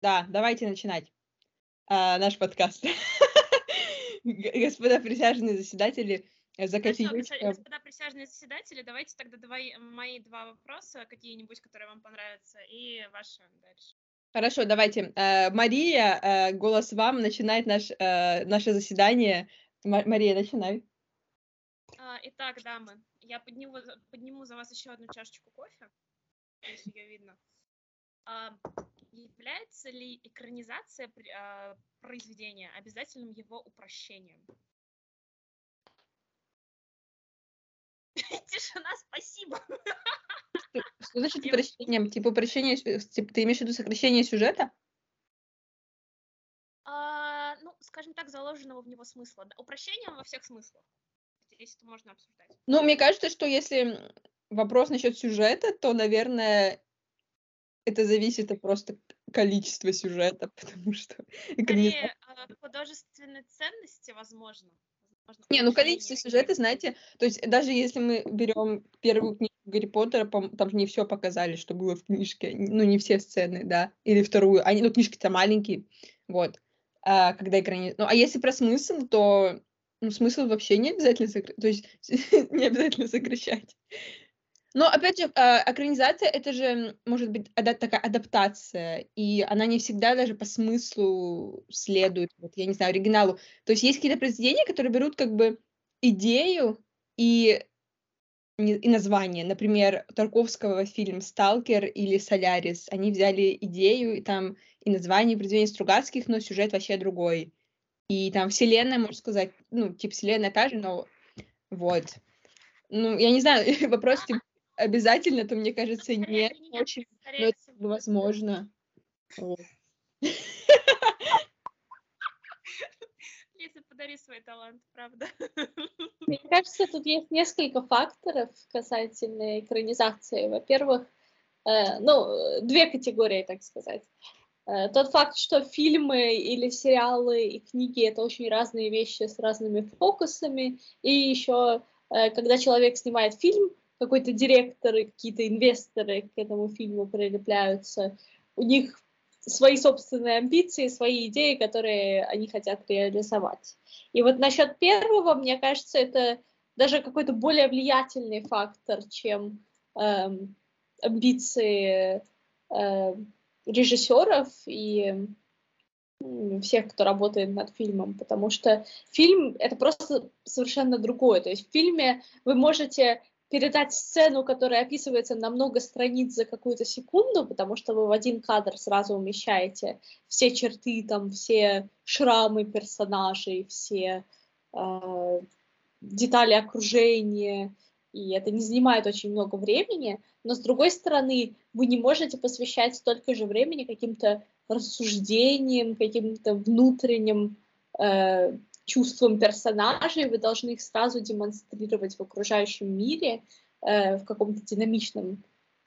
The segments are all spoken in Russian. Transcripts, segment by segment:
Да, давайте начинать наш подкаст. Господа присяжные заседатели, за Хорошо, кофеечком. господа присяжные заседатели, давайте тогда мои два вопроса, какие-нибудь, которые вам понравятся, и ваши дальше. Хорошо, давайте. Мария, голос вам, начинает наше заседание. Мария, начинай. Итак, дамы, я подниму за вас еще одну чашечку кофе, если ее видно. Является ли экранизация произведения обязательным его упрощением? Тишина, спасибо. Что значит упрощением? Типа упрощение, ты имеешь в виду сокращение сюжета? Ну, скажем так, заложенного в него смысла. Упрощением во всех смыслах. Здесь это можно обсуждать. Ну, мне кажется, что если вопрос насчет сюжета, то, наверное, это зависит от просто количества сюжета, потому что Скорее, художественной ценности, возможно. Не, ну количество сюжета, знаете, то есть даже если мы берем первую книгу Гарри Поттера, там же не все показали, что было в книжке, ну не все сцены, да, или вторую, ну книжки-то маленькие, вот, когда ну а если про смысл, то смысл вообще не обязательно то есть не обязательно сокращать. Но опять же, экранизация — это же может быть такая адаптация, и она не всегда даже по смыслу следует, вот я не знаю, оригиналу. То есть есть какие-то произведения, которые берут как бы идею и название. Например, Тарковского фильм «Сталкер» или «Солярис». Они взяли идею, и там и название произведения Стругацких, но сюжет вообще другой. И там вселенная, можно сказать, ну, типа вселенная та же, но вот. Ну, я не знаю, вопрос, типа, обязательно, то, мне кажется, нет, очень, но это возможно. Вот. Лиза, подари свой талант, правда. Мне кажется, тут есть несколько факторов касательно экранизации. Во-первых, две категории, так сказать. Тот факт, что фильмы или сериалы и книги — это очень разные вещи с разными фокусами, и еще, когда человек снимает фильм, какой-то директор и какие-то инвесторы к этому фильму прилепляются, у них свои собственные амбиции, свои идеи, которые они хотят реализовать. И вот насчет первого, мне кажется, это даже какой-то более влиятельный фактор, чем амбиции режиссеров и всех, кто работает над фильмом, потому что фильм — это просто совершенно другое. То есть в фильме вы можете передать сцену, которая описывается на много страниц за какую-то секунду, потому что вы в один кадр сразу умещаете все черты, там, все шрамы персонажей, все детали окружения, и это не занимает очень много времени, но, с другой стороны, вы не можете посвящать столько же времени каким-то рассуждениям, каким-то внутренним чувствам персонажей, вы должны их сразу демонстрировать в окружающем мире в каком-то динамичном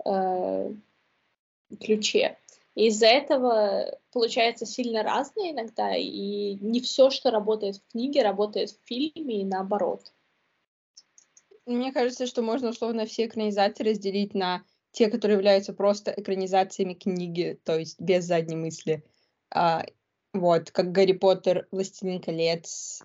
ключе. И из-за этого получается сильно разное иногда, и не все, что работает в книге, работает в фильме, и наоборот. Мне кажется, что можно условно все экранизации разделить на те, которые являются просто экранизациями книги, то есть без задней мысли. Вот, как Гарри Поттер, Властелин колец.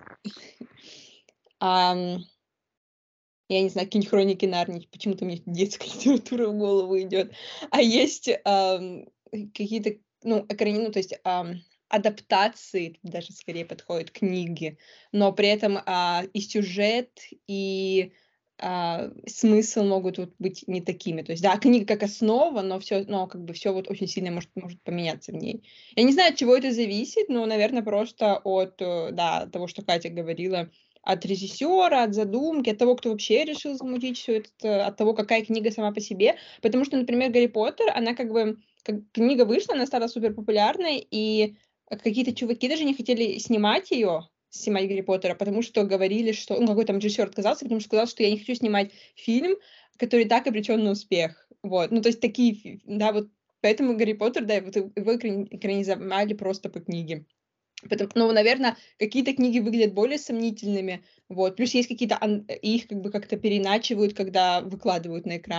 Я не знаю, какие-нибудь Хроники Нарнии, почему-то мне детская литература в голову идет. А есть какие-то, ну, то есть адаптации, даже скорее подходят книги, но при этом и сюжет, и смысл могут вот быть не такими. То есть, да, книга как основа, но как бы все вот очень сильно может поменяться в ней. Я не знаю, от чего это зависит, но, наверное, просто от того, что Катя говорила, от режиссера, от задумки, от того, кто вообще решил замутить все это, от того, какая книга сама по себе. Потому что, например, Гарри Поттер, она как книга вышла, она стала супер популярной, и какие-то чуваки даже не хотели снимать Гарри Поттера, потому что говорили, что... Ну, какой-то режиссер отказался, потому что сказал, что я не хочу снимать фильм, который так обречен на успех. Вот. Ну, то есть такие... Да, вот поэтому Гарри Поттер, да, вот его экранизовали просто по книге. Ну, наверное, какие-то книги выглядят более сомнительными, вот. Плюс есть какие-то, их как бы как-то переиначивают, когда выкладывают на экран.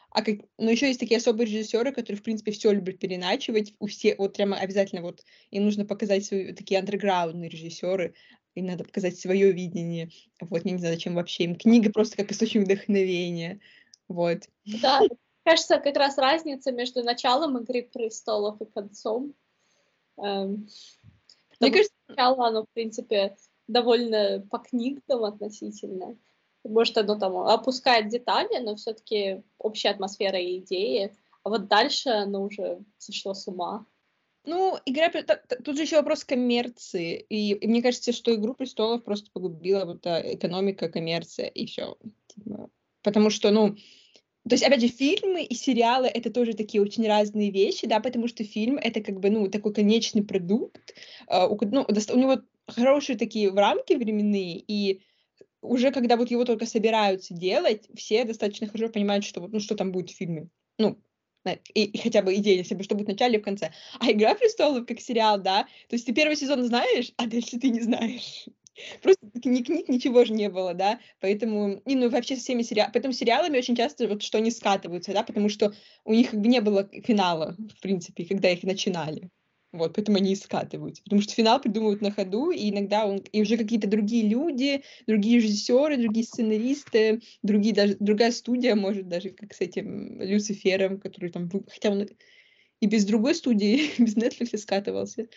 Но еще есть такие особые режиссеры, которые, в принципе, все любят переначивать. У всех, вот прямо обязательно вот им нужно показать такие андерграундные режиссеры, им надо показать свое видение. Вот, я не знаю, зачем вообще им книга просто как источник вдохновения. Вот. Да, кажется, как раз разница между началом «Игры престолов» и концом. Мне Потому кажется, что начало, оно, в принципе, довольно по книгам относительно. Может, оно там опускает детали, но все-таки общая атмосфера и идеи. А вот дальше оно уже сошло с ума. ну, тут же еще вопрос коммерции. И мне кажется, что «Игру престолов» просто погубила вот экономика, коммерция, и все. Потому что, ну, то есть, опять же, фильмы и сериалы — это тоже такие очень разные вещи, да, потому что фильм — это как бы, ну, такой конечный продукт, у него хорошие такие рамки временные, и уже когда вот его только собираются делать, все достаточно хорошо понимают, что вот, ну, что там будет в фильме. Ну, и хотя бы идея себе, что будет в начале и в конце. А «Игра престолов» как сериал, да, то есть ты первый сезон знаешь, а дальше ты не знаешь. Просто ни книг, ничего же не было, да, поэтому, и ну вообще со всеми сериалами, поэтому сериалами очень часто вот что они скатываются, да, потому что у них как бы не было финала, в принципе, когда их начинали. Вот, поэтому они и скатываются. Потому что финал придумывают на ходу, и иногда и уже какие-то другие люди, другие режиссеры, другие сценаристы, другая студия, может, даже как с этим Люцифером, который там, хотя он и без другой студии, без Netflix скатывался.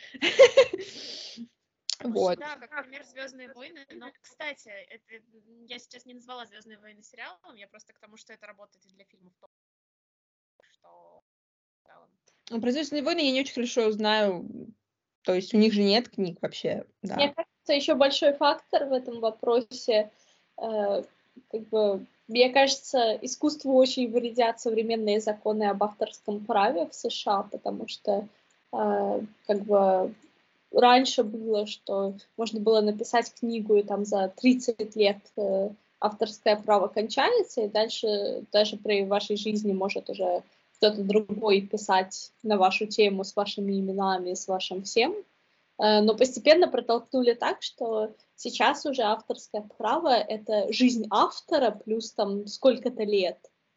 Вот. Да, как пример «Звездные войны». Но, кстати, я сейчас не назвала «Звездные войны» сериалом, я просто к тому, что это работает и для фильмов. Что... Ну, про «Звездные войны» я не очень хорошо знаю. То есть у них же нет книг вообще, да. Мне кажется, еще большой фактор в этом вопросе, как бы, мне кажется, искусству очень вредят современные законы об авторском праве в США, потому что, как бы, раньше было, что можно было написать книгу, и там за 30 лет авторское право кончается, и дальше даже при вашей жизни может уже кто-то другой писать на вашу тему с вашими именами, с вашим всем. Но постепенно протолкнули так, что сейчас уже авторское право — это жизнь автора плюс там сколько-то лет.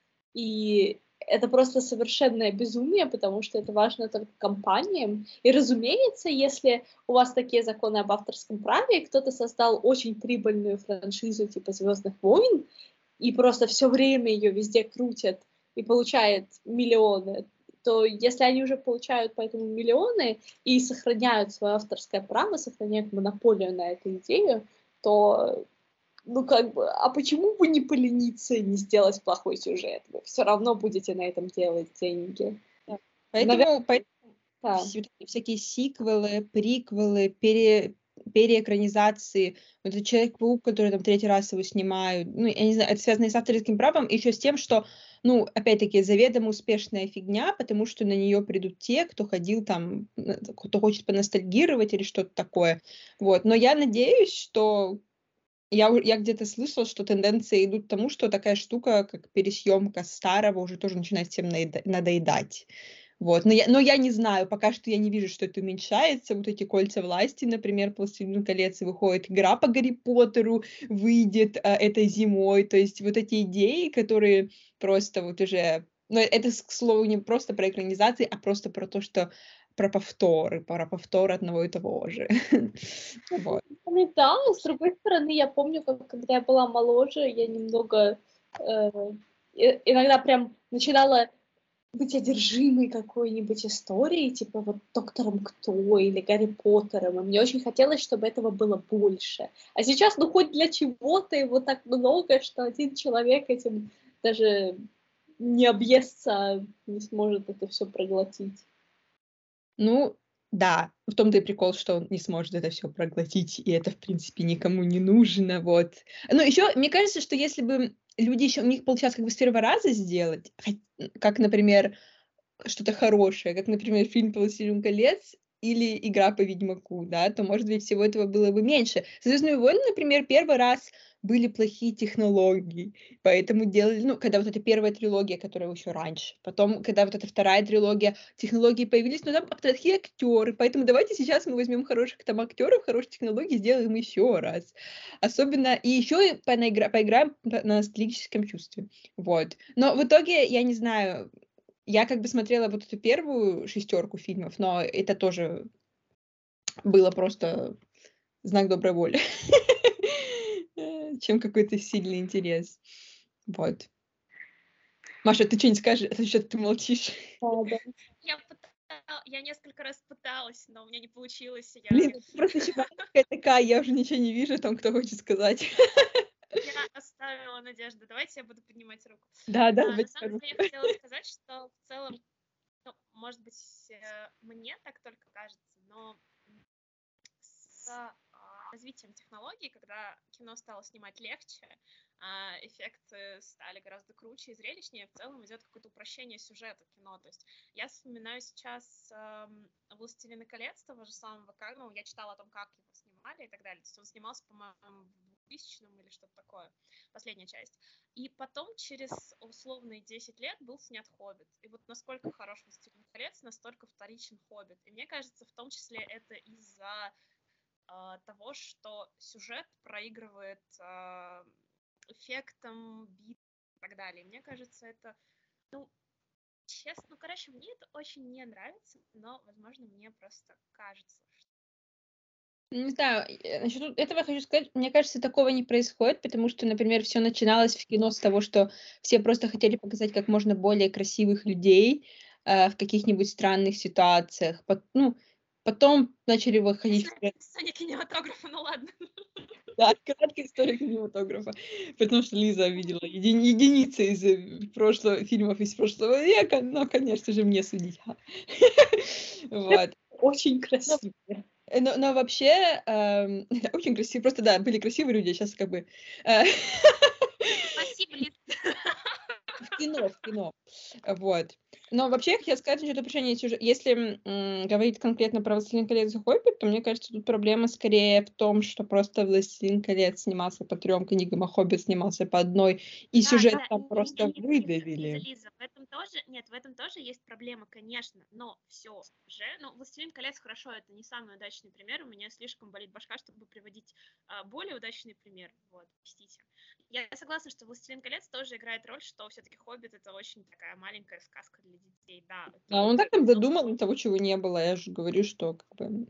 И это просто совершенное безумие, потому что это важно только компаниям. И, разумеется, если у вас такие законы об авторском праве, и кто-то создал очень прибыльную франшизу типа «Звездных войн», и просто все время ее везде крутят и получает миллионы, то если они уже получают поэтому миллионы и сохраняют свое авторское право, сохраняют монополию на эту идею, то, ну, как бы, а почему бы не полениться и не сделать плохой сюжет? Вы все равно будете на этом делать деньги. Поэтому Да. всякие сиквелы, приквелы, переэкранизации. Вот этот Человек-паук, который там 3-й раз его снимают. Ну, я не знаю, это связано и с авторским правом, и еще с тем, что, ну, опять-таки, заведомо успешная фигня, потому что на нее придут те, кто ходил там, кто хочет поностальгировать или что-то такое. Вот. Но я надеюсь, что я где-то слышала, что тенденции идут к тому, что такая штука, как пересъемка старого, уже тоже начинает всем надоедать. Вот. Но я не знаю, пока что я не вижу, что это уменьшается. Вот эти «Кольца власти», например, «Властелин колец», выходит игра по Гарри Поттеру, выйдет этой зимой. То есть вот эти идеи, которые просто вот уже... Но это, к слову, не просто про экранизации, а просто про то, что про повторы одного и того же. Вот. Да, с другой стороны, я помню, когда я была моложе, я немного иногда прям начинала быть одержимой какой-нибудь историей, типа вот «Доктором Кто» или «Гарри Поттером», и мне очень хотелось, чтобы этого было больше. А сейчас, ну, хоть для чего-то его так много, что один человек этим даже не объестся, не сможет это все проглотить. Ну, да, в том-то и прикол, что он не сможет это все проглотить, и это, в принципе, никому не нужно, вот. Но еще, мне кажется, что если бы люди еще у них получалось как бы с первого раза сделать, как, например, что-то хорошее, как, например, фильм «Властелин колец», или игра по Ведьмаку, да, то, может быть, всего этого было бы меньше. «Звездные войны», например, первый раз были плохие технологии, поэтому делали, ну, когда вот эта первая трилогия, которая еще раньше, потом, когда вот эта вторая трилогия, технологии появились, но там плохие актеры, поэтому давайте сейчас мы возьмем хороших там актеров, хорошие технологии, сделаем еще раз. Особенно, и еще и поиграем на ностальгическом чувстве. Вот. Но в итоге, я не знаю, я как бы смотрела вот эту первую шестерку фильмов, но это тоже было просто знак доброй воли, чем какой-то сильный интерес. Вот. Маша, ты что-нибудь скажешь? А то что ты молчишь? Я несколько раз пыталась, но у меня не получилось. Блин, ты просто еще маленькая такая, я уже ничего не вижу, там кто хочет сказать. Я оставила надежду. Давайте я буду поднимать руку. Да, На самом деле я хотела сказать, что в целом, ну, может быть, мне так только кажется, но с развитием технологий, когда кино стало снимать легче, эффекты стали гораздо круче и зрелищнее, в целом идет какое-то упрощение сюжета кино. То есть я вспоминаю сейчас «Властелина колец», того же самого, как, ну, я читала о том, как его снимали и так далее. То есть он снимался, по-моему, в 2000-м или что-то такое, последняя часть. И потом, через условные 10 лет, был снят «Хоббит». И вот насколько хорош «Властелин колец», настолько вторичен «Хоббит». И мне кажется, в том числе это из-за того, что сюжет проигрывает эффектам, бит и так далее. Мне кажется, это, ну, честно, ну, короче, мне это очень не нравится, но, возможно, мне просто кажется, что... Не знаю, насчет этого я хочу сказать, мне кажется, такого не происходит, потому что, например, все начиналось в кино с того, что все просто хотели показать как можно более красивых людей в каких-нибудь странных ситуациях. Ну, потом начали выходить Соня кинематографа, ну ладно. Да, краткая история кинематографа. Потому что Лиза видела единицы из прошлого, фильмов из прошлого века, но, конечно же, мне судить. Вот. Очень красиво. Но вообще, очень красиво. Просто, да, были красивые люди, а сейчас как бы... Спасибо, Лиз. В кино. Вот. Но вообще, я хотела сказать насчет упрощения сюжета. Если говорить конкретно про «Властелин колец» и «Хоббит», то мне кажется, тут проблема скорее в том, что просто «Властелин колец» снимался по 3 книгам, а «Хоббит» снимался по одной, и сюжет там просто выдавили. Лиза, в этом тоже, нет, в этом тоже есть проблема, конечно, но все же, ну, «Властелин колец» хорошо, это не самый удачный пример, у меня слишком болит башка, чтобы приводить более удачный пример, вот, простите. Я согласна, что «Властелин колец» тоже играет роль, что все-таки «Хоббит» — это очень такая маленькая сказка для детей, да. А он так там додумал того, чего не было, я же говорю, что как бы...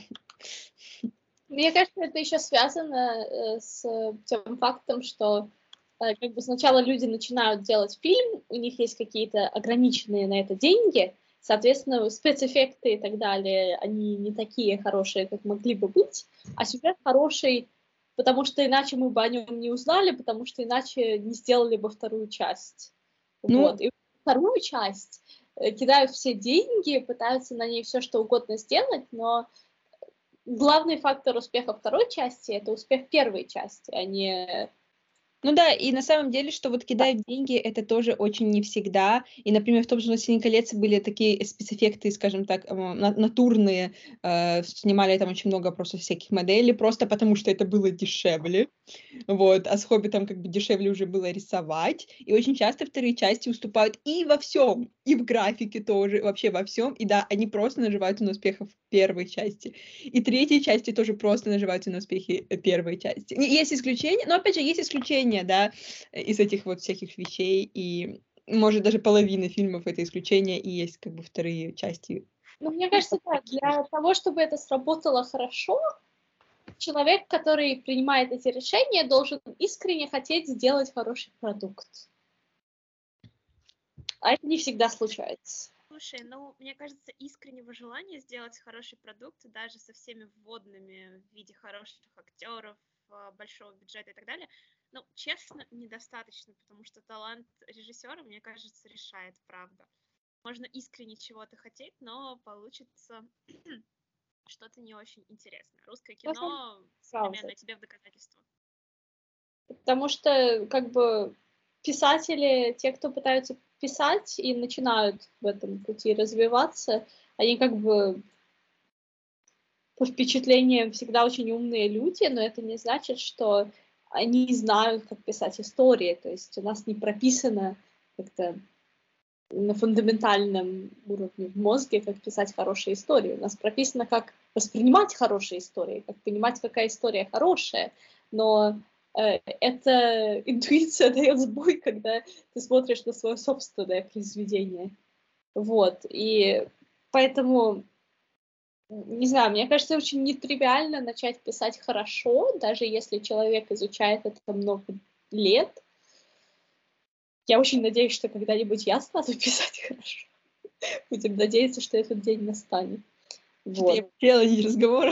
Мне кажется, это еще связано с тем фактом, что как бы сначала люди начинают делать фильм, у них есть какие-то ограниченные на это деньги, соответственно, спецэффекты и так далее, они не такие хорошие, как могли бы быть, а сюжет хороший, потому что иначе мы бы о нем не узнали, потому что иначе не сделали бы вторую часть. Вот. И вторую часть кидают все деньги, пытаются на ней все что угодно сделать, но главный фактор успеха второй части — это успех первой части, а не... Ну да, и на самом деле, что вот кидают деньги, это тоже очень не всегда. И, например, в том же «Властелине колец» были такие спецэффекты, скажем так, натурные, снимали там очень много просто всяких моделей, просто потому что это было дешевле. Вот, а с «Хоббитом» как бы дешевле уже было рисовать. И очень часто вторые части уступают и во всем, и в графике тоже, вообще во всем. И да, они просто наживаются на успехах первой части. И третьей части тоже просто наживаются на успехи первой части. Есть исключения, но опять же есть исключения, да, из этих вот всяких вещей. И может даже половина фильмов это исключение, и есть как бы вторые части. Ну, мне кажется, да, для того, чтобы это сработало хорошо, человек, который принимает эти решения, должен искренне хотеть сделать хороший продукт. А это не всегда случается. Слушай, ну, мне кажется, искреннего желания сделать хороший продукт, даже со всеми вводными в виде хороших актеров, большого бюджета и так далее, ну, честно, недостаточно, потому что талант режиссера, мне кажется, решает, правда. Можно искренне чего-то хотеть, но получится что-то не очень интересное. Русское кино современное тебе в доказательство. Потому что, как бы, писатели, те, кто пытаются писать и начинают в этом пути развиваться, они как бы по впечатлениям всегда очень умные люди, но это не значит, что они знают, как писать истории. То есть у нас не прописано как-то на фундаментальном уровне в мозге, как писать хорошие истории. У нас прописано, как воспринимать хорошие истории, как понимать, какая история хорошая. Но эта интуиция дает сбой, когда ты смотришь на свое собственное произведение. Вот. И поэтому, не знаю, мне кажется, очень нетривиально начать писать хорошо, даже если человек изучает это много лет. Я очень надеюсь, что когда-нибудь я стану писать хорошо. Будем надеяться, что этот день настанет. Что-то я потеряла нить разговора.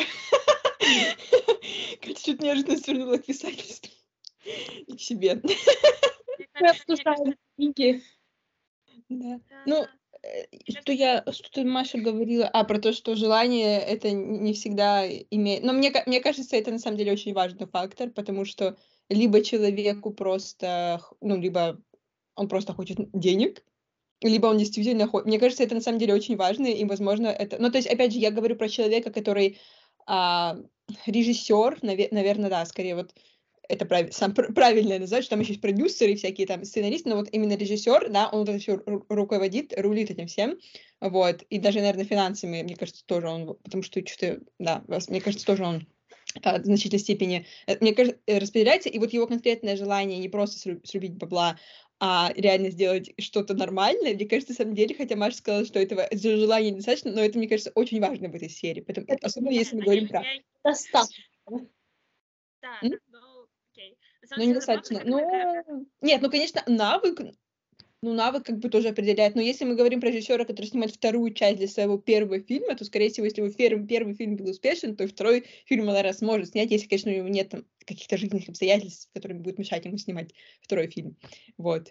Катя чуть неожиданно свернула к писательству. И к себе. Мы обсуждаем книги. Да. Ну, что Маша говорила, про то, что желание это не всегда имеет. Но мне кажется, это на самом деле очень важный фактор, потому что либо человеку просто, либо он просто хочет денег, либо он действительно хочет. Мне кажется, это на самом деле очень важно, и, возможно, это. Ну, то есть, опять же, я говорю про человека, который режиссер, наверное, да, скорее вот это правильно назвать, что там еще есть продюсеры, всякие там сценаристы, но вот именно режиссер, да, он вот это все руководит, рулит этим всем, вот, и даже, наверное, финансами, мне кажется, тоже он, потому что что-то, да, мне кажется, тоже он в значительной степени, мне кажется, распределяется, и вот его конкретное желание не просто срубить бабла, а реально сделать что-то нормальное, мне кажется, на самом деле, хотя Маша сказала, что этого желания недостаточно, но это, мне кажется, очень важно в этой сфере, особенно если мы говорим про... Достаточно. Да, ну, окей. Ну, недостаточно. Нет, конечно, навык как бы тоже определяет. Но если мы говорим про режиссера, который снимает вторую часть для своего первого фильма, то, скорее всего, если его первый фильм был успешен, то и второй фильм он, наверное, сможет снять, если, конечно, у него нет там каких-то жизненных обстоятельств, которые будут мешать ему снимать второй фильм. Вот.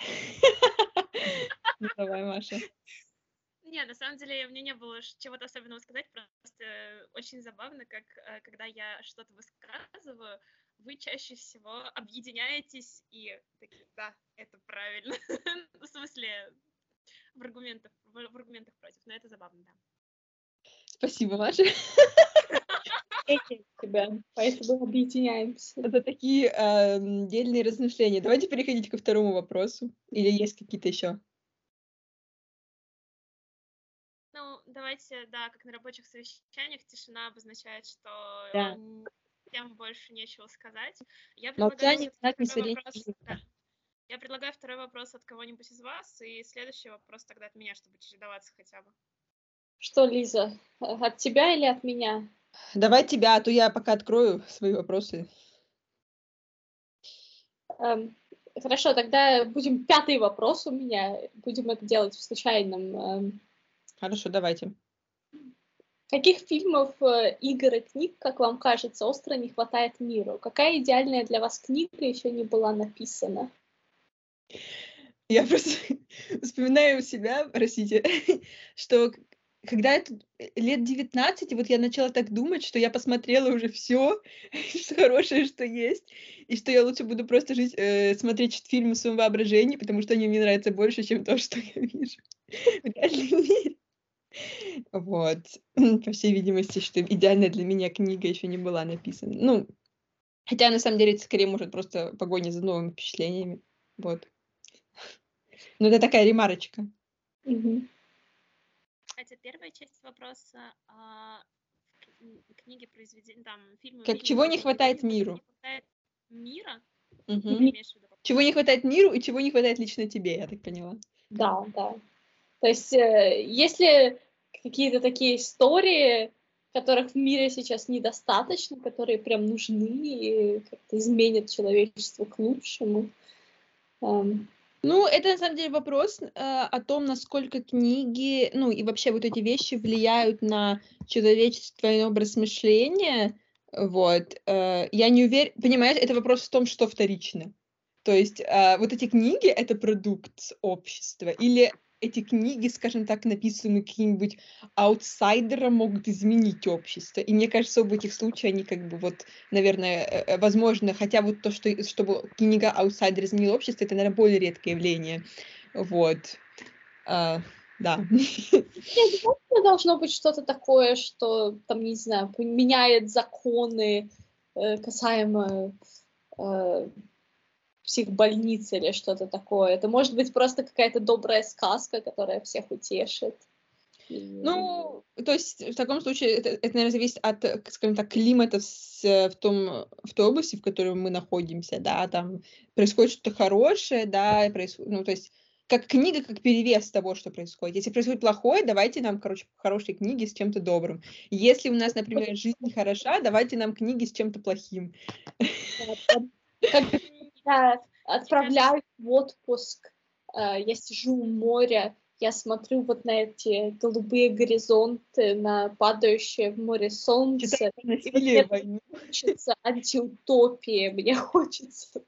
Ну, давай, Маша. Не, на самом деле, мне не было чего-то особенного сказать, просто очень забавно, как когда я что-то высказываю, вы чаще всего объединяетесь и такие, да, это правильно. В смысле, в аргументах против, но это забавно, да. Спасибо, Маша. Тебя, поэтому объединяемся. Это такие дельные размышления. Давайте переходить ко второму вопросу. Или есть какие-то еще? Ну, давайте, да, как на рабочих совещаниях, тишина обозначает, что Да. тем больше нечего сказать. Я Молчание, Я предлагаю второй вопрос от кого-нибудь из вас, и следующий вопрос тогда от меня, чтобы чередоваться хотя бы. Что, Лиза, от тебя или от меня? Давай тебя, а то я пока открою свои вопросы. Хорошо, тогда будем пятый вопрос у меня. Будем это делать в случайном. Хорошо, давайте. Каких фильмов, игр и книг, как вам кажется, остро не хватает миру? Какая идеальная для вас книга еще не была написана? Я просто вспоминаю себя, простите, что когда это лет 19, вот я начала так думать, что я посмотрела уже все хорошее, что есть, и что я лучше буду просто жить, смотреть фильмы в своем воображении, потому что они мне нравятся больше, чем то, что я вижу в реальном мире. Вот. По всей видимости, что идеальная для меня книга еще не была написана. Ну, хотя на самом деле это скорее может просто погоня за новыми впечатлениями. Вот. Ну, это такая ремарочка. Кстати, первая часть вопроса книги, произведения, там, фильмы... Как чего не хватает миру? Не хватает мира? Чего не хватает миру и чего не хватает лично тебе, я так поняла. Да, да. То есть, если какие-то такие истории, которых в мире сейчас недостаточно, которые прям нужны и как-то изменят человечество к лучшему. Ну, это на самом деле вопрос о том, насколько книги, ну и вообще вот эти вещи влияют на человечество и образ мышления. Вот. Я не уверена, понимаешь, это вопрос в том, что вторично. То есть вот эти книги — это продукт общества, или эти книги, скажем так, написаны каким-нибудь аутсайдером, могут изменить общество. И мне кажется, в этих случаях они как бы вот, наверное, возможно, хотя вот то, что чтобы книга аутсайдер изменила общество, это, наверное, более редкое явление. Вот. да. Нет, это должно быть что-то такое, что, там, не знаю, меняет законы касаемо психбольниц или что-то такое. Это может быть просто какая-то добрая сказка, которая всех утешит. Ну, то есть в таком случае это, наверное, зависит от, скажем так, климата в той области, в которой мы находимся, да, там происходит что-то хорошее, да, ну, то есть как книга, как перевес того, что происходит. Если происходит плохое, давайте нам, короче, хорошие книги с чем-то добрым. Если у нас, например, жизнь хороша, давайте нам книги с чем-то плохим. Как я отправляюсь в отпуск, я сижу у моря, я смотрю вот на эти голубые горизонты, на падающее в море солнце, Читайте и вот «Насилие в мне войне». хочется антиутопии, мне хочется,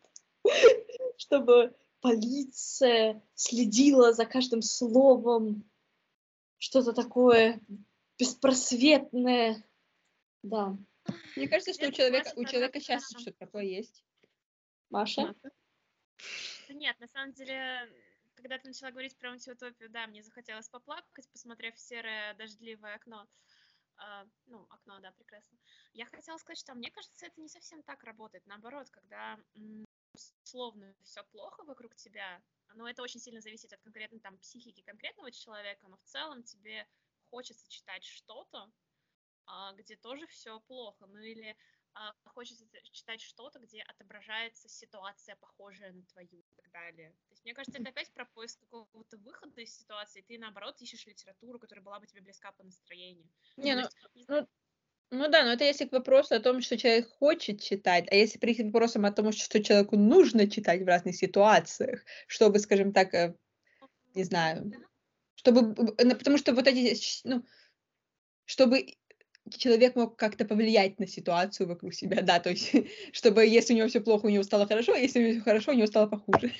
чтобы полиция следила за каждым словом, что-то такое беспросветное, да. Мне кажется, что у человека сейчас что-то такое есть. Маша? Да нет, на самом деле, когда ты начала говорить про антиутопию, да, мне захотелось поплакать, посмотрев в серое дождливое окно. Ну, окно, да, прекрасно. Я хотела сказать, что мне кажется, это не совсем так работает. Наоборот, когда условно все плохо вокруг тебя, но это очень сильно зависит от конкретной там психики конкретного человека, но в целом тебе хочется читать что-то, где тоже все плохо, ну или хочется читать что-то, где отображается ситуация, похожая на твою и так далее. То есть, мне кажется, это опять про поиск какого-то выхода из ситуации, ты, наоборот, ищешь литературу, которая была бы тебе близка по настроению. Не, То есть, ну да, но это если к вопросу о том, что человек хочет читать, а если прийти к вопросам о том, что человеку нужно читать в разных ситуациях, чтобы, скажем так, не знаю, чтобы, потому что вот эти, ну, чтобы человек мог как-то повлиять на ситуацию вокруг себя, да, то есть, чтобы если у него все плохо, у него стало хорошо, а если у него все хорошо, у него стало похуже.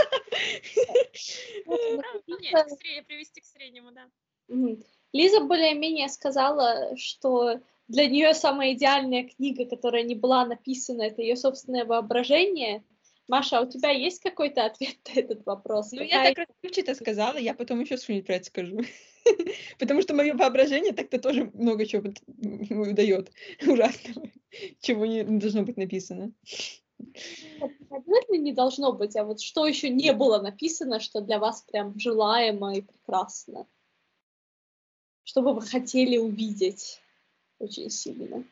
привести к среднему, да. Лиза более-менее сказала, что для нее самая идеальная книга, которая не была написана, это ее собственное воображение. Маша, а у тебя есть какой-то ответ на этот вопрос? Ну, я так расплывчато сказала, я потом еще что-нибудь про это скажу. Потому что мое воображение так-то тоже много чего выдает ужасного, чего не должно быть написано. Обязательно не должно быть, а вот что еще не было написано, что для вас прям желаемо и прекрасно? Что бы вы хотели увидеть очень сильно?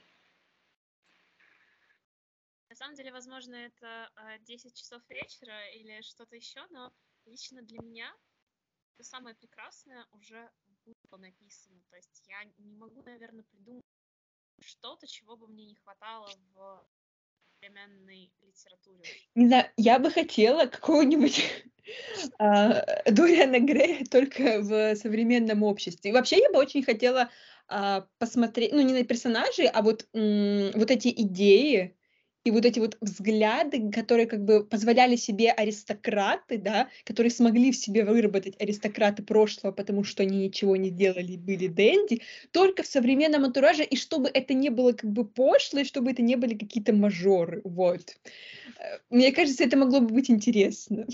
На самом деле, возможно, это 10 часов вечера или что-то еще, но лично для меня это самое прекрасное уже было написано. То есть я не могу, наверное, придумать что-то, чего бы мне не хватало в современной литературе. Не знаю, я бы хотела какого-нибудь Дориана Грея только в современном обществе. И вообще я бы очень хотела посмотреть, ну, не на персонажей, а вот эти идеи и вот эти вот взгляды, которые как бы позволяли себе аристократы, да, которые смогли в себе выработать аристократы прошлого, потому что они ничего не делали, были денди, только в современном антураже, и чтобы это не было как бы пошло, и чтобы это не были какие-то мажоры, вот. Мне кажется, это могло бы быть интересно.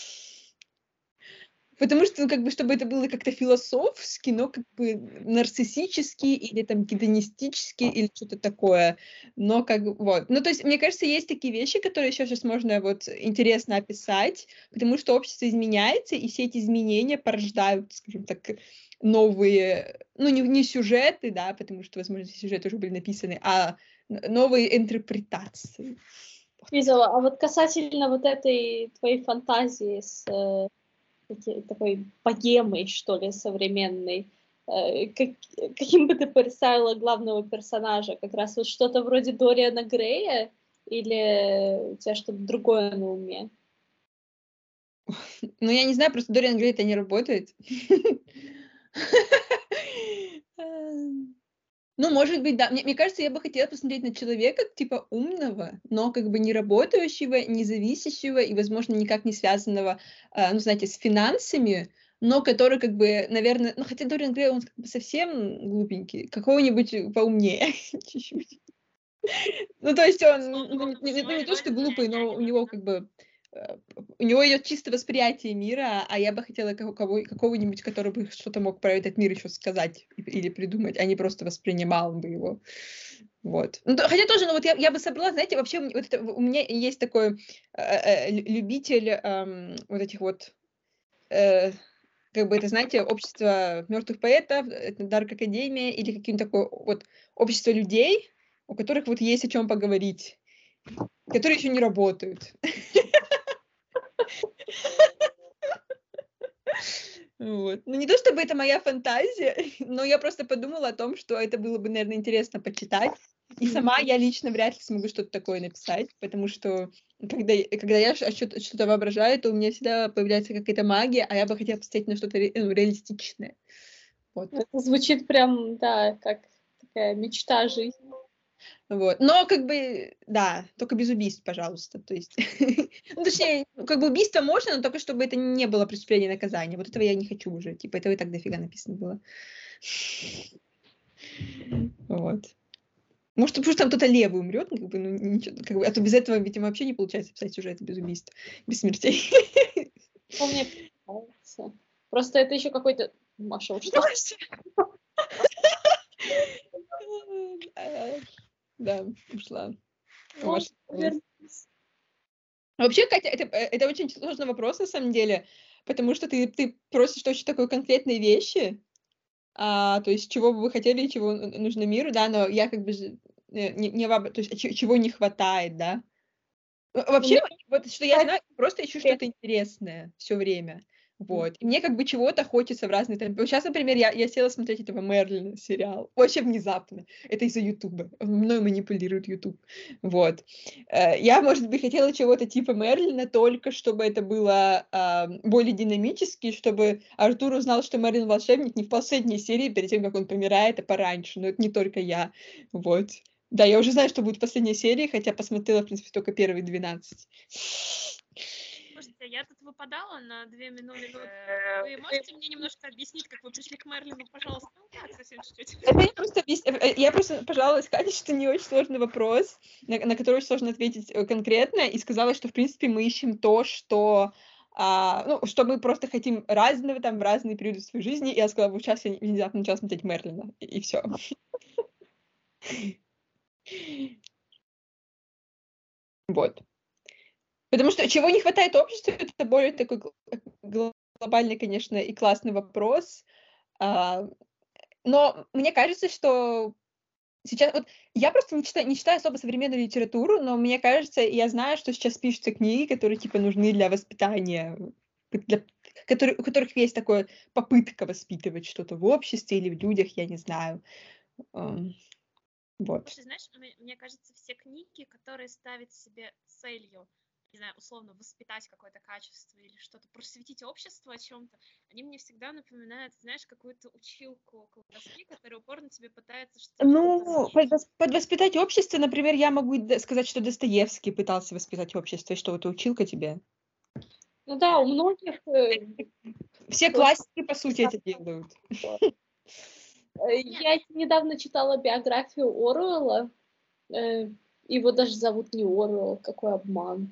Потому что, ну, как бы, чтобы это было как-то философски, но как бы нарциссически или там гедонистически или что-то такое. Но как бы вот. Ну, то есть, мне кажется, есть такие вещи, которые еще сейчас можно вот интересно описать, потому что общество изменяется, и все эти изменения порождают, скажем так, новые, ну, не сюжеты, да, потому что, возможно, сюжеты уже были написаны, а новые интерпретации. Лиза, а вот касательно вот этой твоей фантазии с такой богемой, что ли, современной, каким бы ты представила главного персонажа? Как раз вот что-то вроде Дориана Грея или у тебя что-то другое на уме? Ну, я не знаю, просто Дориан Грей это не работает. Ну, может быть, да. Мне кажется, я бы хотела посмотреть на человека, типа, умного, но как бы не работающего, не зависящего и, возможно, никак не связанного, ну, знаете, с финансами, но который как бы, наверное, ну, хотя Дориан Грей, он как бы совсем глупенький, какого-нибудь поумнее чуть-чуть. Ну, то есть он, ну, не то, что глупый, но у него как бы у него идет чисто восприятие мира, а я бы хотела какого-нибудь, который бы что-то мог про этот мир еще сказать или придумать, а не просто воспринимал бы его. Вот. Ну, хотя тоже, ну вот я бы собрала, знаете, вообще вот это, у меня есть такой любитель вот этих вот, как бы это, знаете, общество мертвых поэтов, это Дарк Академия или какие-нибудь такое вот общество людей, у которых вот есть о чем поговорить, которые еще не работают. Вот. Ну, не то чтобы это моя фантазия, но я просто подумала о том, что это было бы, наверное, интересно почитать. И сама я лично вряд ли смогу что-то такое написать, потому что когда я что-то воображаю, то у меня всегда появляется какая-то магия, а я бы хотела посмотреть на что-то реалистичное. Вот. Это звучит прям, да, как такая мечта жизни. Вот. Но как бы, да, только без убийств, пожалуйста. То есть, ну, точнее, как бы убийство можно, но только чтобы это не было преступление и наказание. Вот этого я не хочу уже. Типа, этого и так дофига написано было. Вот. Может, потому что там кто-то левый умрет, ну, как бы, ну, ничего, как бы, а то без этого, видимо, вообще не получается писать сюжеты без убийств, без смертей. Ну, мне нравится. Просто это еще какой-то... Маша ушла. Да, ушла. Ну, вернись. Вообще, Катя, это очень сложный вопрос, на самом деле, потому что ты просишь очень такой конкретные вещи, то есть чего бы вы хотели и чего нужно миру, да, но я как бы то есть чего не хватает, да. Вообще, вот что я знаю, просто ищу что-то интересное все время. Вот. И мне как бы чего-то хочется в разные... Сейчас, например, я села смотреть этого Мерлина сериал. Вообще внезапно. Это из-за Ютуба. Мной манипулирует Ютуб. Вот. Я, может быть, хотела чего-то типа Мерлина, только чтобы это было более динамически, чтобы Артур узнал, что Мерлин волшебник не в последней серии, перед тем, как он помирает, а пораньше. Но это не только я. Вот. Да, я уже знаю, что будет в последней серии, хотя посмотрела, в принципе, только первые 12. Слушайте, я тут выпадала на 2 минуты. Вы можете мне немножко объяснить, как вы пришли к Мерлину, пожалуйста? Ну, так, совсем чуть-чуть. Я просто пожаловалась Кате, что не очень сложный вопрос, на который очень сложно ответить конкретно, и сказала, что, в принципе, мы ищем то, что... ну, что мы просто хотим разного там в разные периоды своей жизни. И я сказала, вот сейчас я внезапно начала смотреть Мерлина, и все. Вот. Потому что чего не хватает обществу, это более такой глобальный, конечно, и классный вопрос. Но мне кажется, что сейчас... Вот я просто не читаю особо современную литературу, но мне кажется, я знаю, что сейчас пишутся книги, которые, типа, нужны для воспитания, у которых есть такая попытка воспитывать что-то в обществе или в людях, я не знаю. Вот. Слушай, знаешь, мне кажется, все книги, которые ставят себе целью, не знаю, условно, воспитать какое-то качество или что-то, просветить общество о чем-то, они мне всегда напоминают, знаешь, какую-то училку около доски, которая упорно тебе пытается что-то Ну, объяснить. под воспитать общество, например, я могу сказать, что Достоевский пытался воспитать общество, и что это училка тебе. Ну да, у многих... Все классики, по сути, это делают. Я недавно читала биографию Оруэлла. Его даже зовут не Оруэлл, какой обман.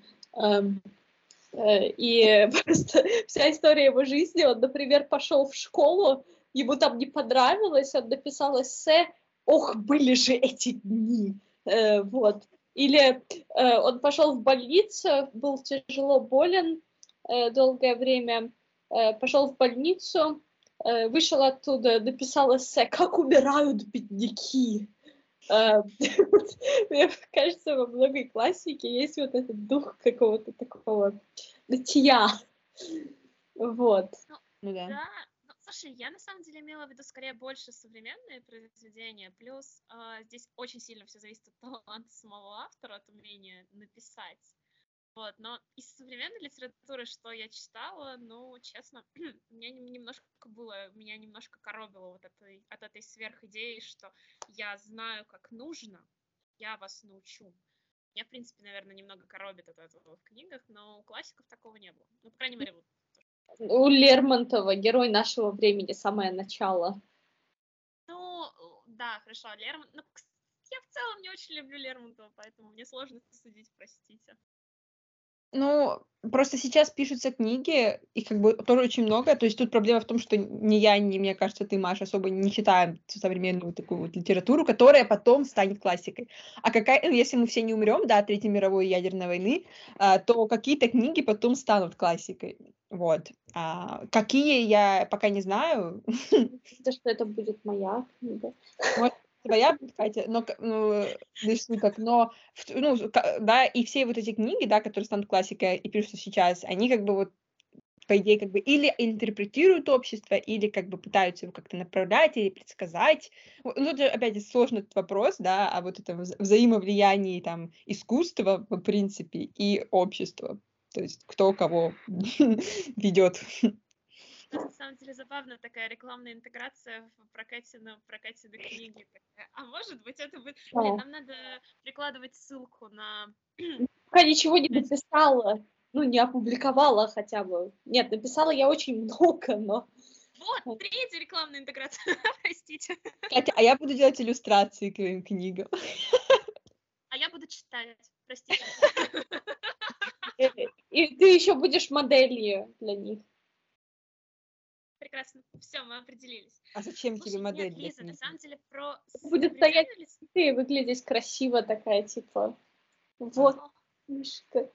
И просто вся история его жизни, он, например, пошел в школу, ему там не понравилось, он написал эссе «Ох, были же эти дни!» Вот. Или он пошел в больницу, был тяжело болен долгое время, пошел в больницу, вышел оттуда, написал эссе «Как умирают бедняки!» Мне кажется, во многой классике есть вот этот дух какого-то такого нытья. Вот. Ну да. Да, ну, слушай, я на самом деле имела в виду скорее больше современные произведения, плюс здесь очень сильно все зависит от таланта самого автора, от умения написать. Вот, но из современной литературы, что я читала, ну, честно, меня немножко коробило вот от этой сверхидеи, что я знаю, как нужно, я вас научу. Меня, в принципе, наверное, немного коробит от этого в книгах, но у классиков такого не было. Ну, по крайней мере, вот. У Лермонтова «Герой нашего времени» самое начало. Ну, да, хорошо, Лермонтов. Ну, я в целом не очень люблю Лермонтова, поэтому мне сложно судить, простите. Ну, просто сейчас пишутся книги, их как бы тоже очень много. То есть тут проблема в том, что ни я, ни, мне кажется, ты, Маша, особо не читаем современную такую вот литературу, которая потом станет классикой. А какая, ну, если мы все не умрем, да, Третьей мировой и ядерной войны, то какие-то книги потом станут классикой. Вот. Какие, я пока не знаю. То, что это будет моя книга. Может, твоя будет, Катя, но, без шуток, но, да, и все вот эти книги, да, которые станут классикой и пишутся сейчас, они как бы вот, по идее, как бы или интерпретируют общество, или как бы пытаются его как-то направлять или предсказать. Ну, это, опять же, сложный этот вопрос, да, а вот это взаимовлияние там искусства, в принципе, и общества. То есть кто кого ведет. На самом деле забавно такая рекламная интеграция в прокате книги. А может быть, это будет... Блин, нам надо прикладывать ссылку на... Пока ничего не написала, ну, не опубликовала хотя бы. Нет, написала я очень много, но... Вот, третья рекламная интеграция, простите. Катя, а я буду делать иллюстрации к твоим книгам. А я буду читать, простите. И ты еще будешь моделью для них. Прекрасно. Все, мы определились. А зачем тебе модель? Нет, Лиза, на самом деле про... Будет стоять и выглядеть красиво такая, типа... Вот, мышка.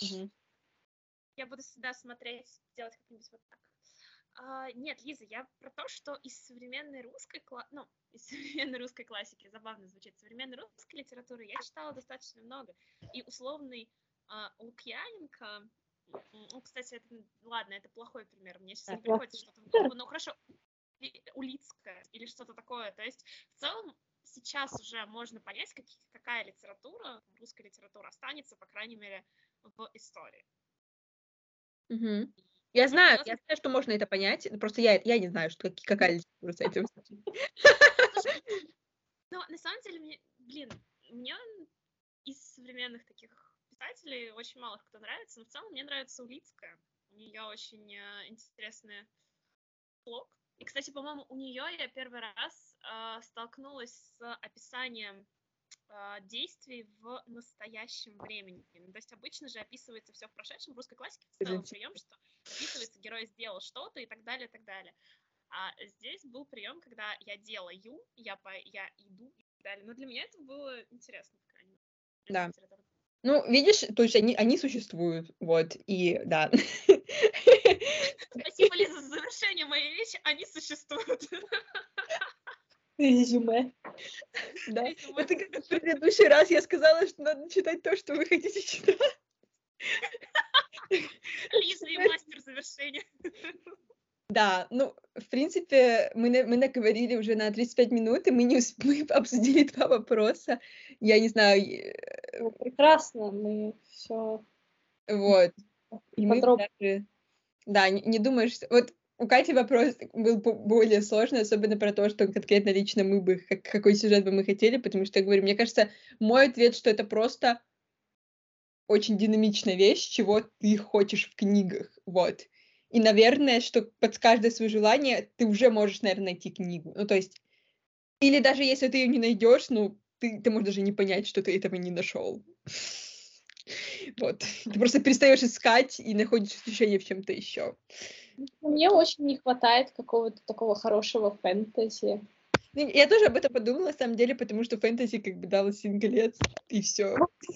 Я буду всегда смотреть, делать как-нибудь вот так. Нет, Лиза, я про то, что из современной русской классики, забавно звучит, современной русской литературы я читала достаточно много. И условный Лукьяненко, ну, кстати, ладно, это плохой пример, мне сейчас не приходит что-то в голову, но хорошо, Улицкая или что-то такое. То есть в целом сейчас уже можно понять, какая литература, русская литература останется, по крайней мере, в истории. Угу. Я знаю, что можно это понять, просто я не знаю, какая литература с этим. Но на самом деле, мне из современных таких писателей очень мало кто нравится, но в целом мне нравится Улицкая. У нее очень интересный слог. И, кстати, по-моему, у нее я первый раз столкнулась с описанием действий в настоящем времени. То есть обычно же описывается все в прошедшем, в русской классике в целом прием, что описывается, герой сделал что-то и так далее, и так далее. А здесь был прием, когда я делаю, я иду и так далее. Но для меня это было интересно, по крайней мере. Да. Ну, видишь, то есть они существуют, вот, и да. Спасибо, Лиза, за завершение моей речи. Они существуют. Резюме. Да. Это как в предыдущий раз я сказала, что надо читать то, что вы хотите читать. Лиза и мастер завершения. Да, ну, в принципе, мы наговорили уже на 35 минут, и мы обсудили 2 вопроса. Я не знаю... Ну, прекрасно, мы все... Вот. И мы даже... Да, не думаешь... Вот у Кати вопрос был более сложный, особенно про то, что конкретно лично мы бы... Какой сюжет бы мы хотели, потому что, я говорю, мне кажется, мой ответ, что это просто очень динамичная вещь, чего ты хочешь в книгах, вот. И, наверное, что под каждое свое желание ты уже можешь, наверное, найти книгу. Ну, то есть, или даже если ты ее не найдешь, ну, ты можешь даже не понять, что ты этого не нашел. Вот. Ты просто перестаешь искать и находишь ощущение в чем-то еще. Мне очень не хватает какого-то такого хорошего фэнтези. Я тоже об этом подумала, на самом деле, потому что фэнтези как бы дало синглец, и все.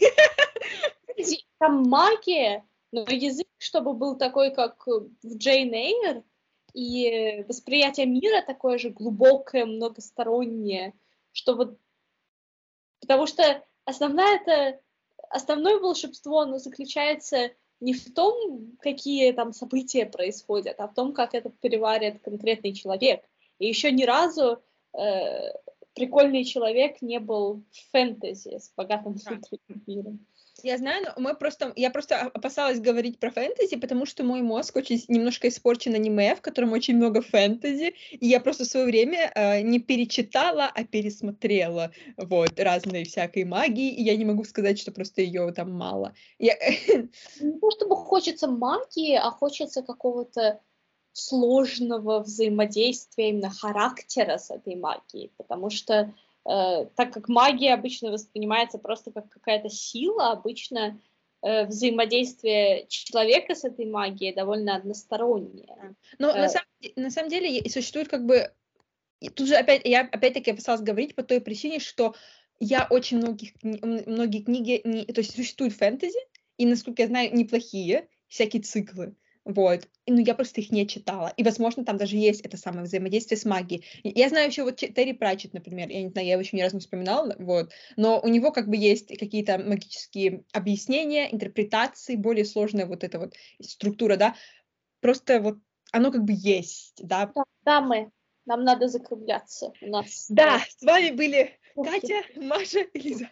Там магия, но язык, чтобы был такой, как в Джейн Эйр, и восприятие мира такое же глубокое, многостороннее, что вот... Потому что основное волшебство, оно заключается не в том, какие там события происходят, а в том, как это переварит конкретный человек. И еще ни разу прикольный человек не был в фэнтези с богатым внутренним миром. Я знаю, но я просто опасалась говорить про фэнтези, потому что мой мозг очень немножко испорчен аниме, в котором очень много фэнтези, и я просто в свое время не перечитала, а пересмотрела вот разные всякой магии, и я не могу сказать, что просто ее там мало. Не то чтобы хочется магии, а хочется какого-то сложного взаимодействия именно характера с этой магией, потому что так как магия обычно воспринимается просто как какая-то сила, обычно взаимодействие человека с этой магией довольно одностороннее. Но на самом деле существует как бы... И тут же я опять-таки опасалась говорить по той причине, что я очень многие книги... То есть существуют фэнтези, и, насколько я знаю, неплохие, всякие циклы. Вот. Но я просто их не читала. И, возможно, там даже есть это самое взаимодействие с магией. Я знаю еще вот Терри Пратчетт, например. Я не знаю, я его еще ни разу не вспоминала. Вот. Но у него как бы есть какие-то магические объяснения, интерпретации, более сложная вот эта вот структура, да. Просто вот оно как бы есть, да. Нам надо закругляться. У нас... Да, с вами были Катя, Маша и Лиза.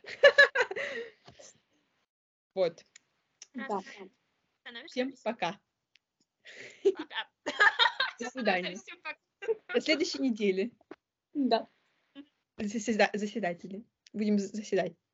Вот. Да. Всем пока. Пока. До свидания. Всем пока. До следующей недели. Да. Заседатели. Будем заседать.